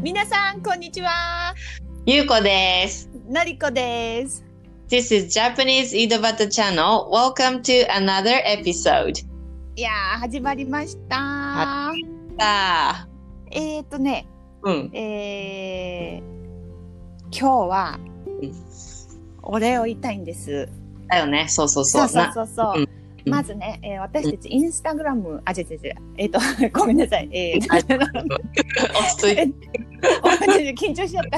皆さん、こんにちは。 ゆうこです。 のりこです。 This is Japanese Idobata Channel. Welcome to another episode. いやー、始まりました。ね、今日は、お礼を言いたいんです。 だよね。そう。 まずね、私たちインスタグラム、ごめんなさい。 落ち着いて。 緊張しちゃった。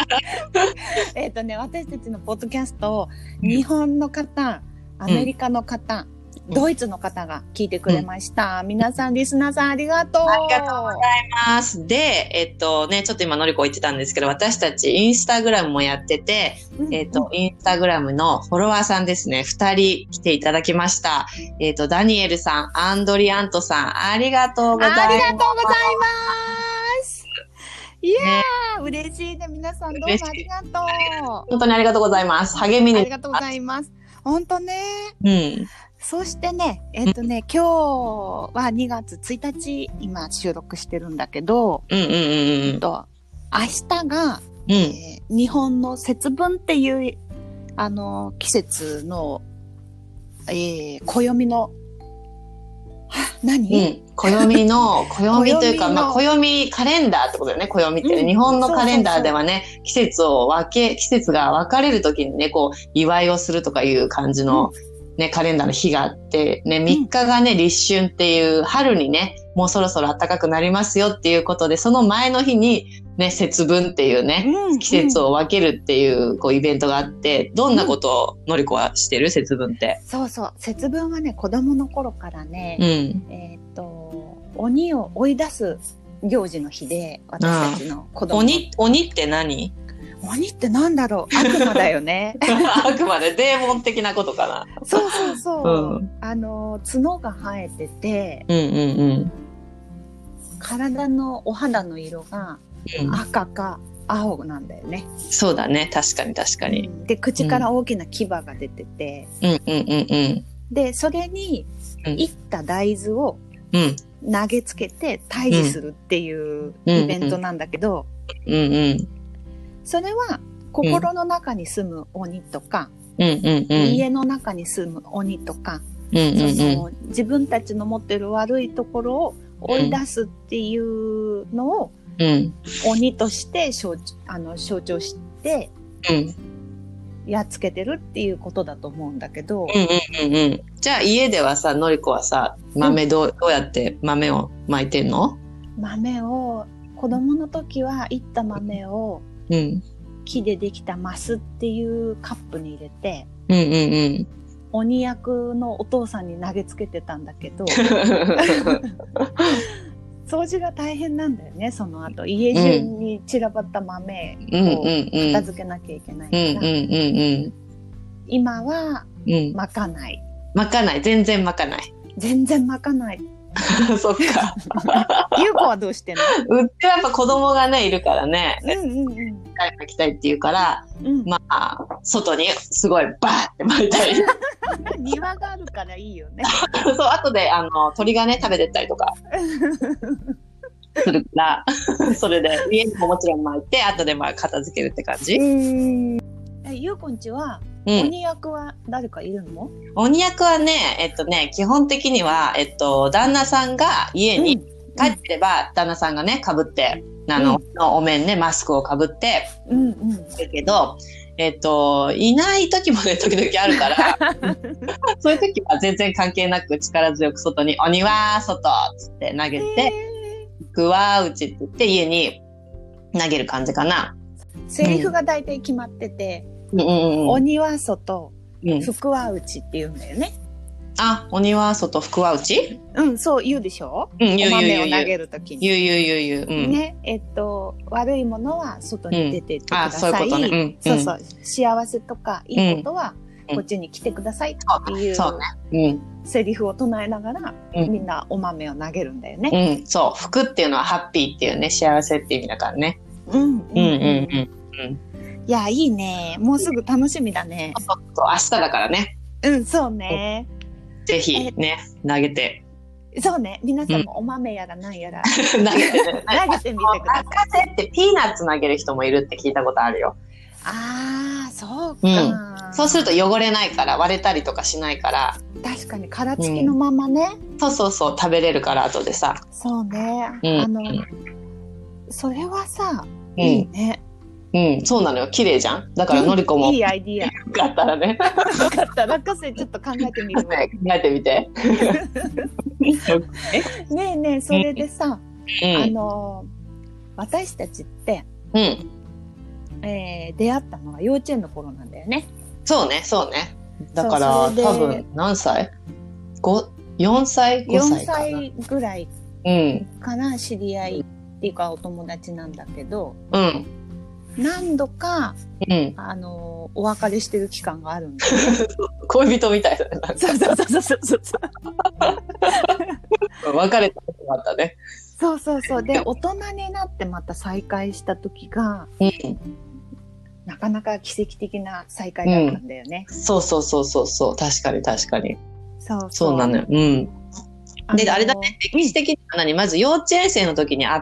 私たちのポッドキャストを日本の方、アメリカの方、ドイツの方が聞いてくれました。皆さん、リスナーさんありがとう。 ありがとうございます。で、ちょっと今のりこ言ってたんですけど、私たちインスタグラムもやってて、インスタグラムのフォロワーさんですね、2人来ていただきました。ダニエルさん、アンドリアントさん、ありがとうございます。 ありがとうございます。いやー、嬉しいね。皆さんどうもありがとう。 本当にありがとうございます。励みに。 ありがとうございます。本当ね。そしてね、今日は2月1日、今収録してるんだけど、明日が、日本の節分っていう、季節の、暦の、 暦というか、暦カレンダーってことだよね、暦ってね。日本のカレンダーではね、季節が分かれるときにね、こう、祝いをするとかいう感じの、ね、カレンダーの日があって、ね、3日がね、立春っていう、春にね、もうそろそろ暖かくなりますよっていうことで、その前の日に、ね、節分っていうね、季節を分けるっていう、こう、イベントがあって、どんなことをのりこはしてる？節分って。 そう。節分はね、子供の頃からね、鬼を追い出す行事の日で、私たちの子供の。 鬼って何？ 鬼ってなんだろう？悪魔だよね。 悪魔でデーモン的なことかな。 そう。角が生えてて、体のお肌の色が赤か青なんだよね。 そうだね。確かに。 で、口から大きな牙が出てて、で、それに、いった大豆を投げつけて退治するっていうイベントなんだけど、それは心の中に住む鬼とか、家の中に住む鬼とか、自分たちの持ってる悪いところを追い出すっていうのを、鬼として象徴して、やっつけてるっていうことだと思うんだけど。 じゃあ家ではさ、のりこはさ、豆どうやって豆を巻いてんの？ 豆を、子供の時はいった豆を、木でできたマスっていうカップに入れて、鬼役のお父さんに投げつけてたんだけど、掃除が大変なんだよね。その後家中に散らばった豆を片付けなきゃいけないから、今は巻かない。 全然巻かない。そっか。 ゆうこはどうしてんの？ うちはやっぱ子供がねいるからね、巻きたいって言うから、まあ外にすごいバーって巻いたり。 庭があるからいいよね。 そう、後で鳥がね食べてったりとかするから、それで家にももちろん巻いて、後でまあ片付けるって感じ。 ゆうこんちは鬼役は誰かいるの？ 鬼役はね、基本的には、旦那さんが家に帰ってれば、旦那さんがね、被って、お面ね、マスクを被って、だけど、いない時もね、時々あるから、そういう時は全然関係なく力強く外に、鬼は外つって投げて、福は内って言って家に投げる感じかな。 セリフが大体決まってて、鬼は外、福は内って言うんだよね。 あ、鬼は外、福は内？ そう言うでしょ？お豆を投げるときに。 言う。 ね、悪いものは外に出てってください。 そういうことね。 そう。幸せとかいいことはこっちに来てくださいっていうセリフを唱えながら、みんなお豆を投げるんだよね。 そう。福っていうのはハッピーっていうね、幸せっていう意味だからね。 いや、いいね。もうすぐ楽しみだね。 そう、明日だからね。 そうね。 ぜひね、投げてそうね。皆さんもお豆やらなんやら、 投げてね。 投げてみてください。 落花生ってピーナッツ投げる人もいるって聞いたことあるよ。 ああ、そうか、 そうすると汚れないから、割れたりとかしないから。 確かに殻付きのままね。 そうそうそう、食べれるから後でさ。 そうね。それはさ、いいね。 そうなのよ。綺麗じゃん。だからのりこも。 いいアイディア。 よかったらね。 よかった。落花生ちょっと考えてみるわ。 考えてみて。 ねえねえ、それでさ、私たちって、出会ったのは幼稚園の頃なんだよね。 そうね、そうね。だから多分何歳 ?4 歳 ?5 歳かな。 4歳ぐらいかな、知り合いっていうかお友達なんだけど、何度か、お別れしてる期間があるんだよね。 恋人みたいだね。 そうそうそうそうそう。 別れたことがあったね。 そうそうそう。で、大人になってまた再会した時が、なかなか奇跡的な再会だったんだよね。 そうそうそうそうそう。確かに確かに。そうなのよ。で、あれだね、歴史的にはまず幼稚園生の時に会って、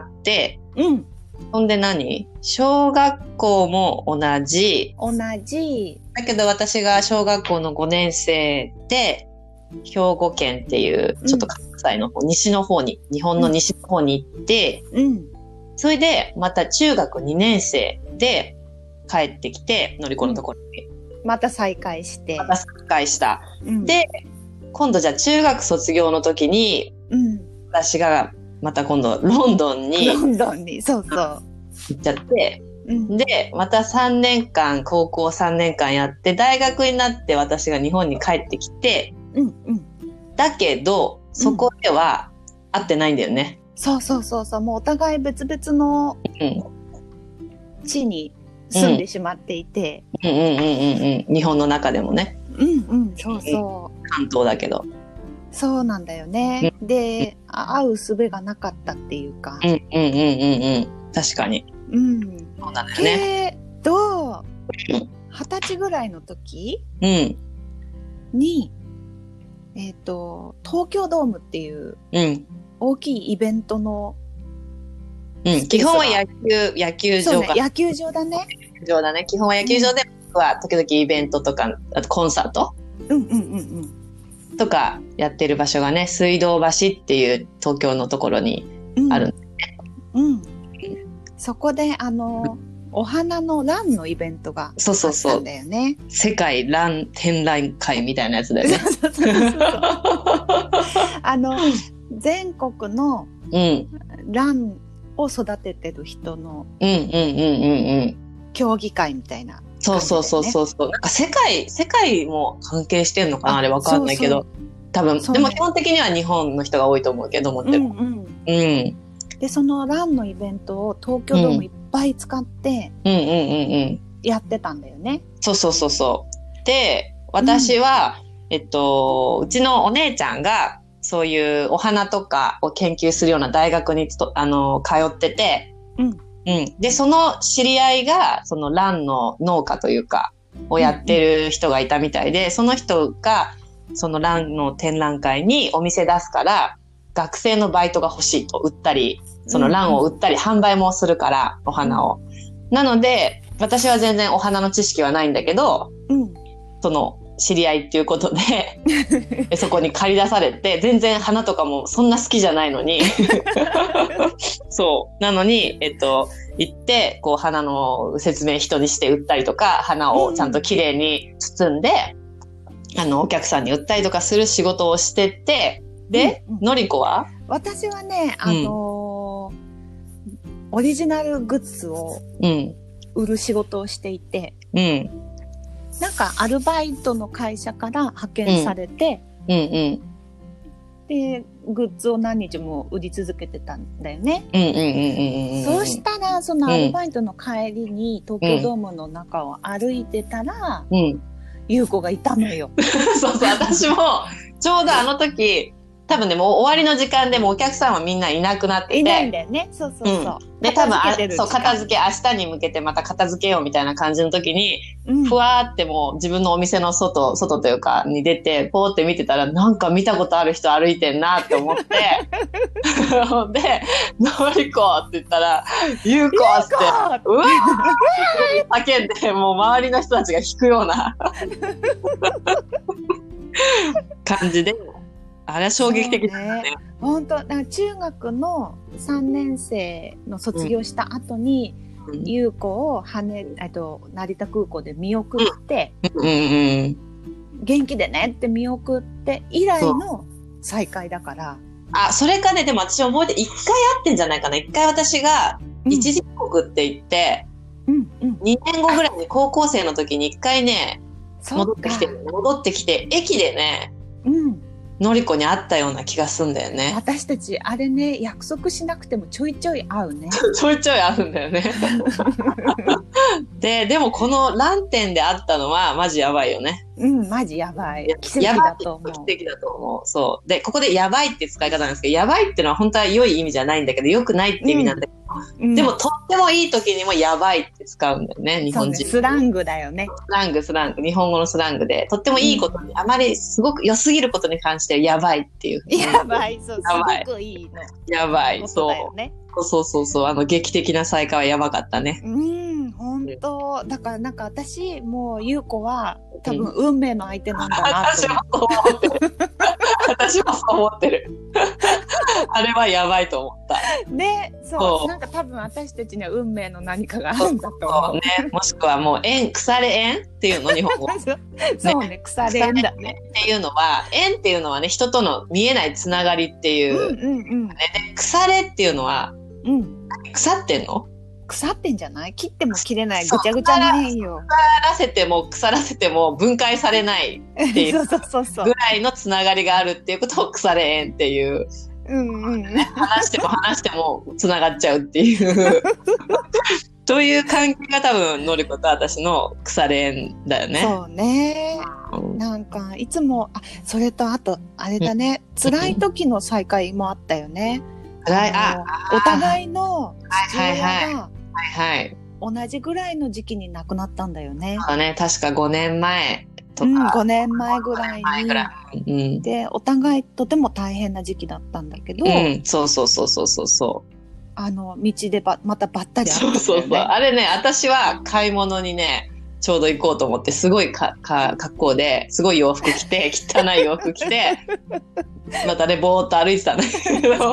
ほんで小学校も同じ。だけど私が小学校の5年生で、兵庫県っていう、ちょっと関西の方、西の方に、日本の西の方に行って、それでまた中学2年生で帰ってきて、のりこのところに。 また再会して。 また再会した。で、今度じゃあ中学卒業の時に、私がまた今度ロンドンに、そうそう。行っちゃって、で、また高校3年間やって、大学になって私が日本に帰ってきて、だけど、そこでは会ってないんだよね。 そうそうそうそう。もうお互い別々の地に住んでしまっていて。 日本の中でもね。 そうそう。 関東だけど。 そうなんだよね。で、会う術がなかったっていうか。 確かに。そうなんだよね。 けど、20歳ぐらいの時に、東京ドームっていう大きいイベントの、 基本は野球場か。 野球場だね。 基本は野球場で、僕は時々イベントとか、あとコンサートとかやってる場所がね、水道橋っていう東京のところにあるんですね。 そこでお花のランのイベントがあったんだよね。 世界ラン展覧会みたいなやつだよね。 全国のランを育ててる人の競技会みたいな、ね。 そう。なんか世界も関係してんのかな、あれわかんないけど。多分、でも基本的には日本の人が多いと思うけど、思っても。で、そのランのイベントを東京ドームいっぱい使ってやってたんだよね。そう。 で、私は、うちのお姉ちゃんがそういうお花とかを研究するような大学に通ってて、で、その知り合いがそのランの農家というかをやってる人がいたみたいで、その人がそのランの展覧会にお店出すから学生のバイトが欲しいと、売ったり、そのランを売ったり販売もするから、お花を。なので、私は全然お花の知識はないんだけど、その知り合いっていうことで、そこに借り出されて、全然花とかもそんな好きじゃないのに、そう。なのに、行って、こう花の説明人にして売ったりとか、花をちゃんと綺麗に包んで、お客さんに売ったりとかする仕事をしてて、で、のりこは？ 私はね、オリジナルグッズを売る仕事をしていて、なんかアルバイトの会社から派遣されて、で、グッズを何日も売り続けてたんだよね。そうしたら、そのアルバイトの帰りに東京ドームの中を歩いてたら、優子がいたのよ。 そう、私も、ちょうどあの時、多多分ね、もう終わりの時間でもうお客さんはみんないなくなってて。 いないんだよね。そうそうそう。 で、多分片付け、明日に向けてまた片付けようみたいな感じの時に、ふわーってもう自分のお店の外というかに出て、ポーって見てたら、なんか見たことある人歩いてんなって思って、で、のりこって言ったら、ゆうこって、うわーって叫んで、もう周りの人たちが引くような感じで、あれは衝撃的だね。 本当、中学の3年生の卒業した後に、優子を成田空港で見送って、元気でねって見送って以来の再会だから。 あ、それかね、でも私覚えて、1回会ってんじゃないかな。1回私が一時帰国って言って、2年後ぐらいに高校生の時に1回ね、戻ってきて、駅でね、のりこに会ったような気がするんだよね。 私たちあれね、約束しなくてもちょいちょい会うね。 ちょいちょい会うんだよね。でもこのランテンで会ったのはマジやばいよね。 マジやばい。奇跡だと思う。 奇跡だと思う。そう。で、ここでやばいって使い方なんですけど、やばいってのは本当は良い意味じゃないんだけど、良くないって意味なんだけど、でもとってもいい時にもやばいって使うんだよね、日本人。 スラングだよね。 スラング。日本語のスラングで、とってもいいことに、あまりすごく良すぎることに関してやばいっていう。 やばい、そう、すごくいいの。 やばい、そう。劇的な再会はやばかったね。 本当。だからなんか私、もう優子は多分運命の相手なんだなと思って。 私もそう思ってる。あれはやばいと思った。 ね、そう。なんか多分私たちには運命の何かがあるんだと思う。 そうね。もしくはもう腐れ縁っていうの、日本語。 そうね、腐れ縁だね。 っていうのは、縁っていうのはね、人との見えないつながりっていう。で、腐れっていうのは、腐ってんの？ 腐ってんじゃない？切っても切れない、ぐちゃぐちゃないよ。 腐らせても腐らせても分解されないっていうぐらいのつながりがあるっていうことを腐れ縁っていう。話してもつながっちゃうっていうという関係が多分のりこと私の腐れ縁だよね。 そうね。なんかいつもそれとあとあれだね、辛い時の再会もあったよね。お互いの父親が同じぐらいの時期に亡くなったんだよね。 そうだね、確か5年前とか。 5年前ぐらいに。で、お互いとても大変な時期だったんだけど。 そう。 道でまたばったり会ったんだよね。 あれね、私は買い物にね、ちょうど行こうと思って、すごい格好で、すごい洋服着て、汚い洋服着て、またね、ぼーっと歩いてたんだけど。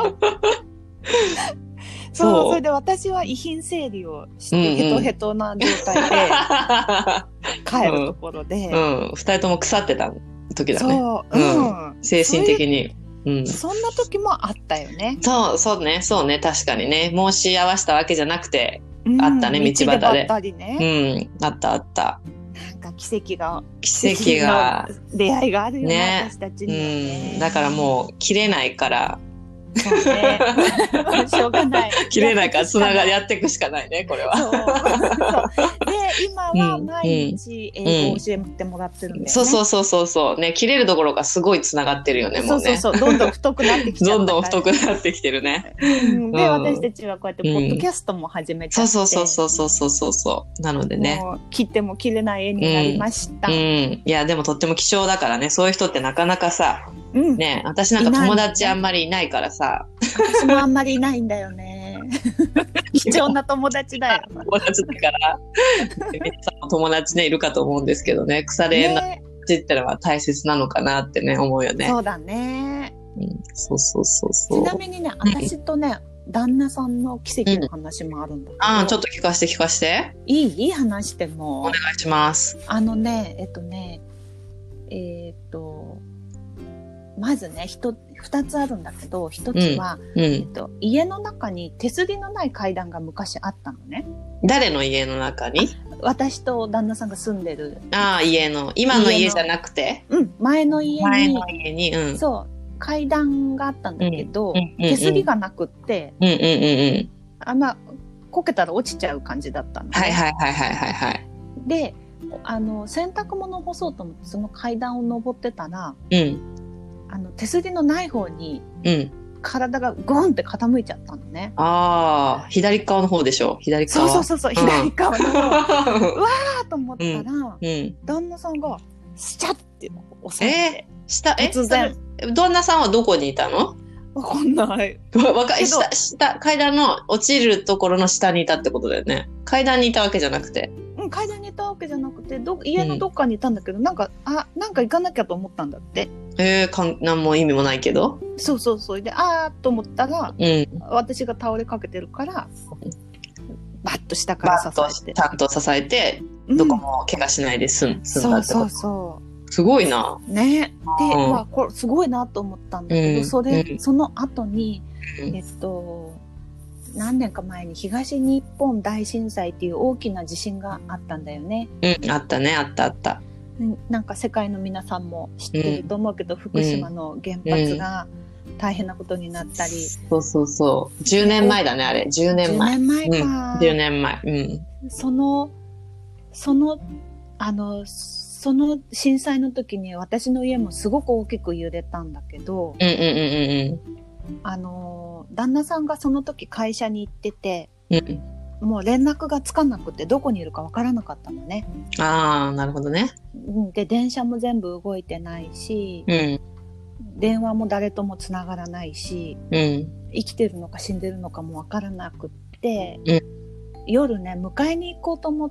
それで私は遺品整理をしてヘトヘトな状態で帰るところで、 2人とも腐ってた時だね。精神的に。 そんな時もあったよね。 そうね、確かにね。申し合わせたわけじゃなくて、あったね、道端で。 ばったりね。 あった。 なんか奇跡が出会いがあるよね、私たちにはね。 だからもう切れないから。 そうね。しょうがない。 切れないからやっていくしかないね、これは。 で、今は毎日英語を教えてもらってるんだよね。 そうね、切れるどころかすごいつながってるよね、もうね。 そう、どんどん太くなってきちゃった。 どんどん太くなってきてるね。 で、私たちはこうやってポッドキャストも始めちゃって。 そう。なのでね。 切っても切れない絵になりました。 いや、でもとっても貴重だからね、そういう人ってなかなかさ、ね、私なんか友達あんまりいないからさ。 私もあんまりいないんだよね。貴重な友達だよ。 友達だから、皆さんも友達ね、いるかと思うんですけどね、腐れ縁の友達ってのは大切なのかなってね、思うよね。 そうだね。 そう。 ちなみにね、私とね、旦那さんの奇跡の話もあるんだけど。 ちょっと聞かせて。 いい話しても。 お願いします。 まずね、2つあるんだけど、1つは、家の中に手すりのない階段が昔あったのね。 誰の家の中に？ 私と旦那さんが住んでる。 今の家じゃなくて？ 前の家に。 そう、階段があったんだけど、手すりがなくって、こけたら落ちちゃう感じだったのね。 はい。 で、洗濯物を干そうと思ってその階段を登ってたら、 手すりのない方に、体がゴンって傾いちゃったのね。 ああ、左側の方でしょ、左側。 そう、左側の方。うわーと思ったら、旦那さんが、スチャッって押さえて。突然。 旦那さんはどこにいたの？ わかんない。 下、階段の落ちるところの下にいたってことだよね。階段にいたわけじゃなくて。 階段にいたわけじゃなくて、家のどっかにいたんだけど、なんか行かなきゃと思ったんだって。 なんも意味もないけど。 そう。で、と思ったら、私が倒れかけてるから、バッと下から支えて。 ちゃんと支えて、どこも怪我しないで済んだってこと。 そう。 すごいな。 ね。で、これすごいなと思ったんだけど、その後に、何年か前に東日本大震災っていう大きな地震があったんだよね。 あったね、あった。 なんか世界の皆さんも知ってると思うけど、福島の原発が大変なことになったり。 そう。10年前だね、あれ。10年前。 10年前か。 10年前。 その震災の時に私の家もすごく大きく揺れたんだけど、旦那さんがその時会社に行ってて、もう連絡がつかなくてどこにいるかわからなかったのね。 ああ、なるほどね。 で、電車も全部動いてないし、電話も誰ともつながらないし、生きてるのか死んでるのかもわからなくって、夜ね、迎えに行こうと思って、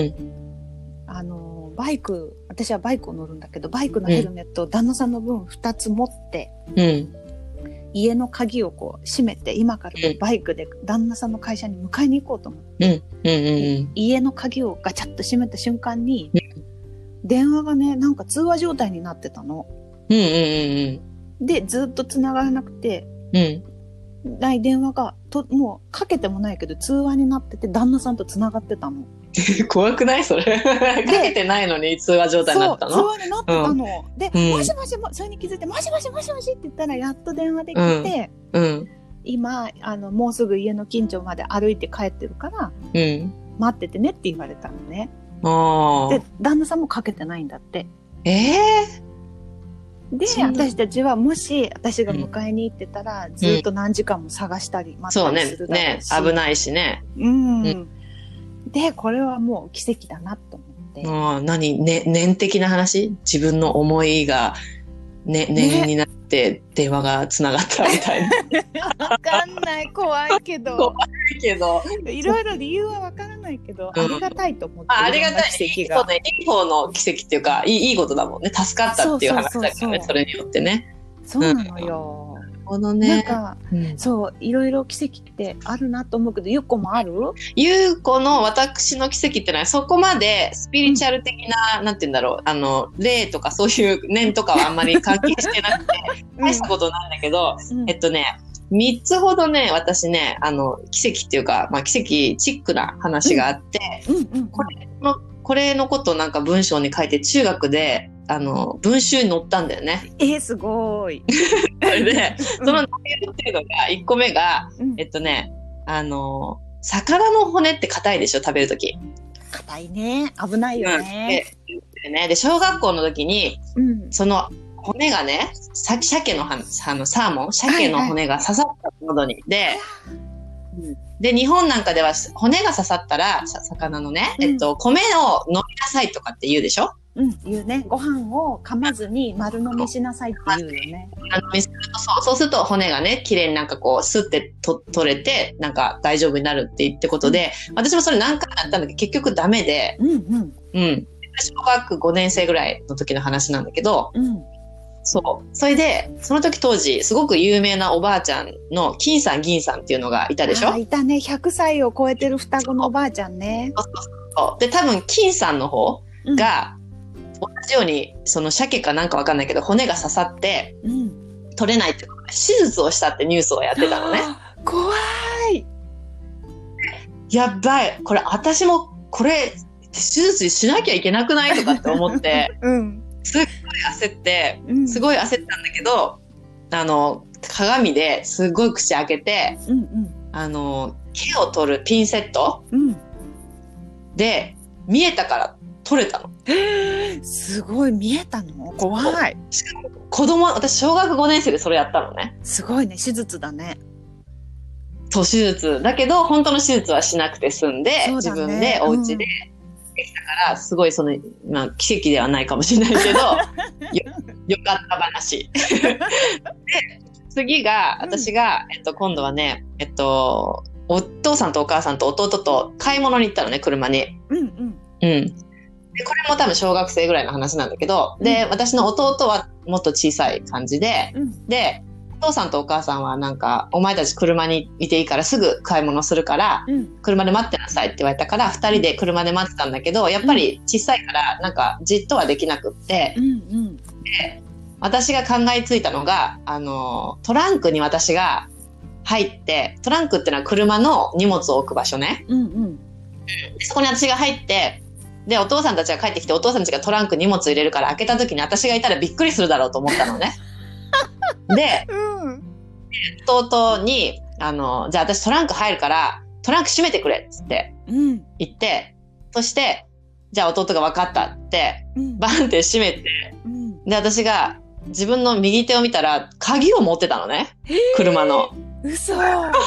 私はバイクを乗るんだけど、バイクのヘルメットを旦那さんの分2つ持って、家の鍵をこう閉めて、今からバイクで旦那さんの会社に迎えに行こうと思って、家の鍵をガチャッと閉めた瞬間に、電話がね、なんか通話状態になってたの。で、ずっと繋がらなくて、電話がもうかけてもないけど通話になってて、旦那さんと繋がってたの。 怖くないそれ。かけてないのに通話状態になったの？ そう、通話になってたの。で、もしもし、それに気づいて、もしもしって言ったら、やっと電話できて、今、もうすぐ家の近所まで歩いて帰ってるから、待っててねって言われたのね。で、旦那さんもかけてないんだって。で、私たちはもし私が迎えに行ってたら、ずっと何時間も探したり待ったりするだろうし。 危ないしね。 で、これはもう奇跡だなと思って。 念的な話？自分の思いが、念になって電話がつながったみたいな。 わかんない。怖いけど。いろいろ理由はわからないけど、ありがたいと思って。 ありがたい。奇跡が。そうね。いい方の奇跡っていうか、いいことだもんね。助かったっていう話だからね。それによってね。 そうなのよ。なんか、そう、いろいろ奇跡ってあるなと思うけど、ゆっこもある？ ゆうこの私の奇跡ってのは、そこまでスピリチュアル的な、なんて言うんだろう、霊とかそういう念とかはあんまり関係してなくて、大したことなんだけど、3つほどね、私ね、奇跡っていうか、奇跡チックな話があって、これのことなんか文章に書いて、中学で、文集に載ったんだよね。 すごい。 それで、その内容っていうのが、1個目が、魚の骨って硬いでしょ、食べるとき。 硬いね。危ないよね。 で、小学校の時に、その骨がね、鮭のサーモン、鮭の骨が刺さった喉に。で、日本なんかでは骨が刺さったら、魚のね、米を飲みなさいとかって言うでしょ？ 言うね。ご飯を噛まずに丸飲みしなさいって言うよね。 そうすると骨がね、綺麗になんかこう、スッて取れて、なんか大丈夫になるって言ってことで、私もそれ何回やったんだけど、結局ダメで、小学5年生ぐらいの時の話なんだけど、それで、その時当時、すごく有名なおばあちゃんの金さん銀さんっていうのがいたでしょ？ いたね。100歳を超えてる双子のおばあちゃんね。 で、多分金さんの方が、同じように、その鮭かなんかわかんないけど、骨が刺さって、取れないってことで、手術をしたってニュースをやってたのね。 怖い。 やばい。これ、私も、これ、手術しなきゃいけなくないとかって思って、すごい焦ったんだけど、鏡ですごい口開けて、毛を取るピンセット、で、見えたから取れたの。 すごい、見えたの？怖い。 私小学5年生でそれやったのね。 すごいね、手術だね。 そう、手術。だけど、本当の手術はしなくて済んで、 ね、 自分でお家でできたから、すごいまあ、奇跡ではないかもしれないけど、よかった話。で、次が、私が、今度はね、お父さんとお母さんと弟と買い物に行ったのね、車に。で、これも多分小学生ぐらいの話なんだけど、で、私の弟はもっと小さい感じで、で、お父さんとお母さんはなんか、お前たち車にいていいからすぐ買い物するから、車で待ってなさいって言われたから、2人で車で待ってたんだけど、やっぱり小さいから、なんかじっとはできなくって、で、私が考えついたのが、トランクに私が入って、トランクってのは車の荷物を置く場所ね。そこに私が入って、で、お父さんたちが帰ってきて、お父さんたちがトランクに荷物入れるから開けた時に私がいたらびっくりするだろうと思ったのね。で、弟に、じゃあ私トランク入るから、トランク閉めてくれっつって言って、そして、じゃあ弟が分かったって、バンって閉めて、で、私が自分の右手を見たら、鍵を持ってたのね。車の。 嘘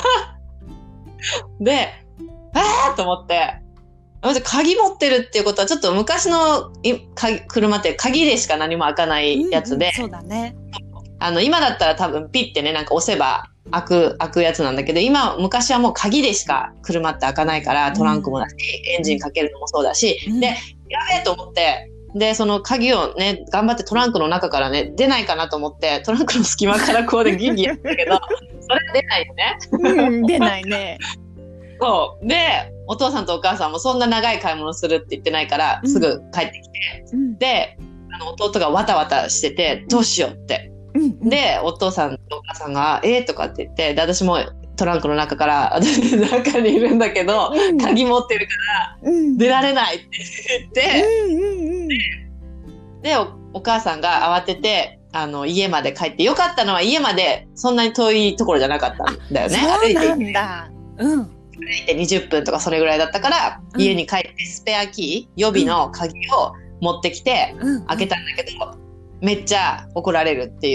で、と思って、鍵持ってるっていうことはちょっと昔の車って鍵でしか何も開かないやつで、 そうだね。 今だったら多分ピッてね、なんか押せば開くやつなんだけど、昔はもう鍵でしか車って開かないから、トランクもだし、エンジンかけるのもそうだし、で、やべえと思って、で、その鍵をね、頑張ってトランクの中からね、出ないかなと思って、トランクの隙間からこうでギンギンやったけど、それ出ないよね。 出ないね。 そう。で、お父さんとお母さんもそんな長い買い物するって言ってないから、すぐ帰ってきて、で、弟がわたわたしてて、どうしようって。で、お父さんとお母さんが、とかって言って、で、私もトランクの中から、私中にいるんだけど、鍵持ってるから、出られないって言って、で、お母さんが慌てて、家まで帰って、よかったのは家までそんなに遠いところじゃなかったんだよね。 そうなんだ。 歩いて20分とかそれぐらいだったから、家に帰ってスペアキー、予備の鍵を持ってきて、開けたんだけど、めっちゃ怒られるっていう。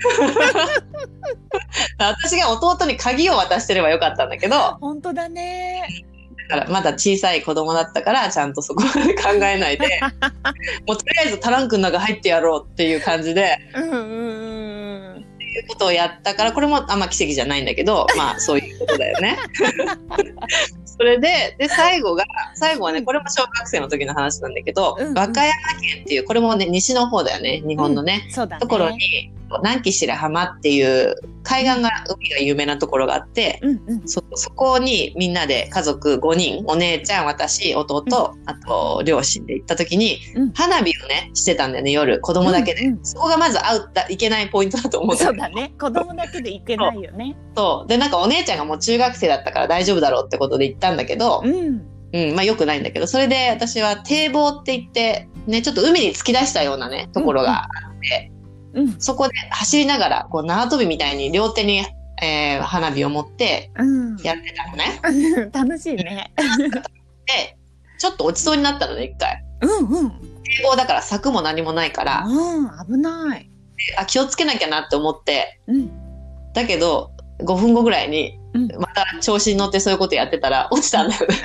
私が弟に鍵を渡してればよかったんだけど。 本当だね。 だからまだ小さい子供だったから、ちゃんとそこまで考えないで、もうとりあえずトランクの中入ってやろうっていう感じで、っていうことをやったから、これもあんま奇跡じゃないんだけど、まあそういうことだよね。それで、最後はね、これも小学生の時の話なんだけど、和歌山県っていう、これもね、西の方だよね、日本のね、 そうだね、 ところに、南紀白浜っていう海岸が、海が有名なところがあって、そこにみんなで家族5人、お姉ちゃん、私、弟、あと両親で行った時に、花火をね、してたんだよね、夜、子供だけで。そこがまずいけないポイントだと思うんだそうだね、子供だけで行けないよね。 そう。で、なんかお姉ちゃんがもう中学生だったから大丈夫だろうってことで行ったんだけど、まあ良くないんだけど、それで私は堤防って言って、ね、ちょっと海に突き出したようなね、ところがあって、そこで走りながら、こう縄跳びみたいに両手に、花火を持ってやってたのね。 楽しいね。 で、ちょっと落ちそうになったのね、一回。堤防だから柵も何もないから、 危ない。 気をつけなきゃなって思って、だけど、5分後ぐらいに、また調子に乗ってそういうことやってたら落ちたんだよね。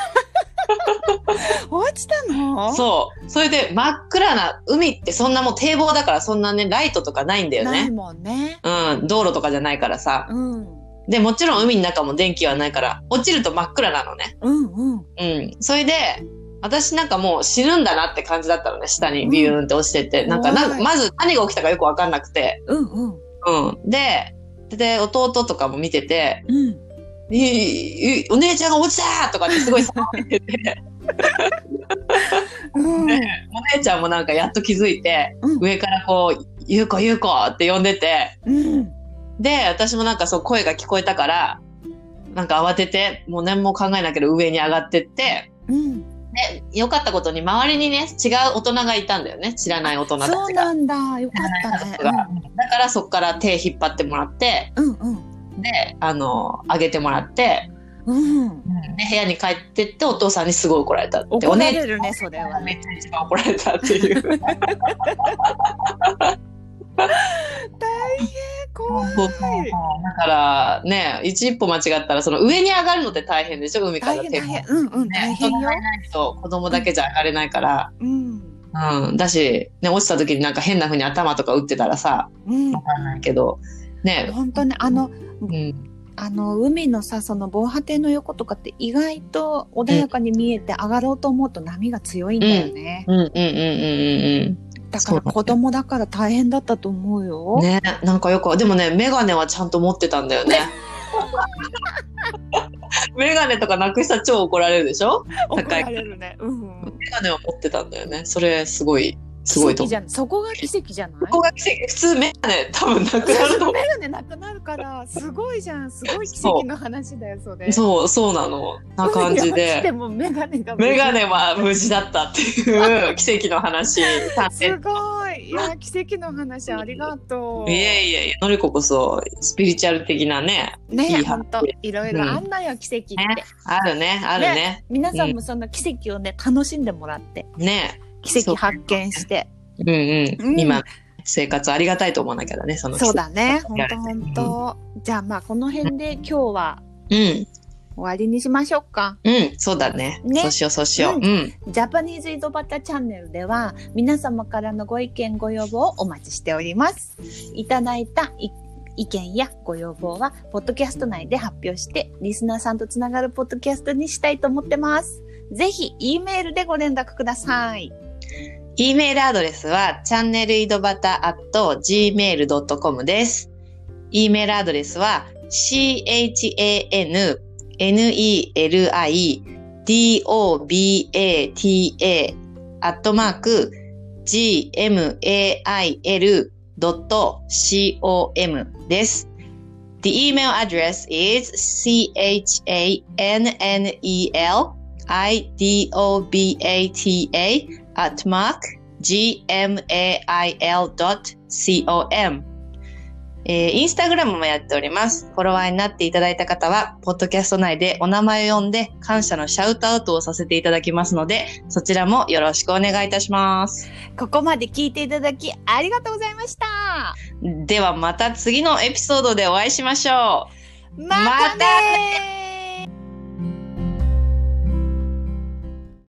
落ちたの？ そう。それで真っ暗な、海ってそんなもう堤防だからそんなね、ライトとかないんだよね。 ないもんね。 道路とかじゃないからさ。で、もちろん海の中も電気はないから、落ちると真っ暗なのね。それで、私なんかもう死ぬんだなって感じだったのね、下にビューンって落ちてって。なんかまず何が起きたかよくわかんなくて。で、弟とかも見てて、お姉ちゃんが落ちたとかってすごい騒いでて、お姉ちゃんもなんかやっと気づいて、上からこう、ゆうこゆうこって呼んでて、で、私もなんかそう声が聞こえたから、なんか慌てて、もう何も考えなければ上に上がってって、で、よかったことに周りにね、違う大人がいたんだよね。知らない大人たちが。 そうなんだ。よかったね。 だからそっから手引っ張ってもらって、で、あげてもらって、 で部屋に帰ってってお父さんにすごい怒られたって。 怒られるね、それは。 めっちゃ一番怒られたっていう。 大変怖い。だからね、一歩間違ったらその上に上がるのって大変でしょ、海から。 大変。大変よ。 ないと子供だけじゃ上がれないから。だし、ね、落ちた時になんか変な風に頭とか打ってたらさ、わかんないけど、ね。 本当ね、海のさ、その防波堤の横とかって意外と穏やかに見えて上がろうと思うと波が強いんだよね。だから子供だから大変だったと思うよ。 ね、なんかよく、でもね、メガネはちゃんと持ってたんだよね。メガネとかなくしたら超怒られるでしょ？ 怒られるね。 メガネは持ってたんだよね。それすごいと思う。 そこが奇跡じゃない？ そこが奇跡。普通メガネ多分なくなるの。 メガネなくなるからすごいじゃん。すごい奇跡の話だよそれ。 そうなの。な感じで。 でもメガネは無事だったっていう奇跡の話。 すごい。いや奇跡の話ありがとう。 いやのりここそスピリチュアル的なね。 ね、本当いろいろあんなよ、奇跡って。 あるね。 皆さんもその奇跡をね楽しんでもらってね、奇跡発見して、 今生活ありがたいと思わなきゃだね、その奇跡。 そうだね、本当。じゃあまあこの辺で今日は終わりにしましょうか。 そうだね。そうしよう。 ジャパニーズ井戸端チャンネルでは皆様からのご意見ご要望をお待ちしております。いただいた意見やご要望はポッドキャスト内で発表してリスナーさんとつながるポッドキャストにしたいと思ってます。ぜひ E メールでご連絡ください。 E メールアドレスはチャンネル井戸端@gmail.com です。E メールアドレスは chanelidobata@gmail.com です。The email address is chanelidobata@gmail.com。インスタグラムもやっております。フォロワーになっていただいた方は、ポッドキャスト内でお名前を呼んで感謝のシャウトアウトをさせていただきますので、そちらもよろしくお願いいたします。 ここまで聞いていただきありがとうございました。 ではまた次のエピソードでお会いしましょう。 またねー。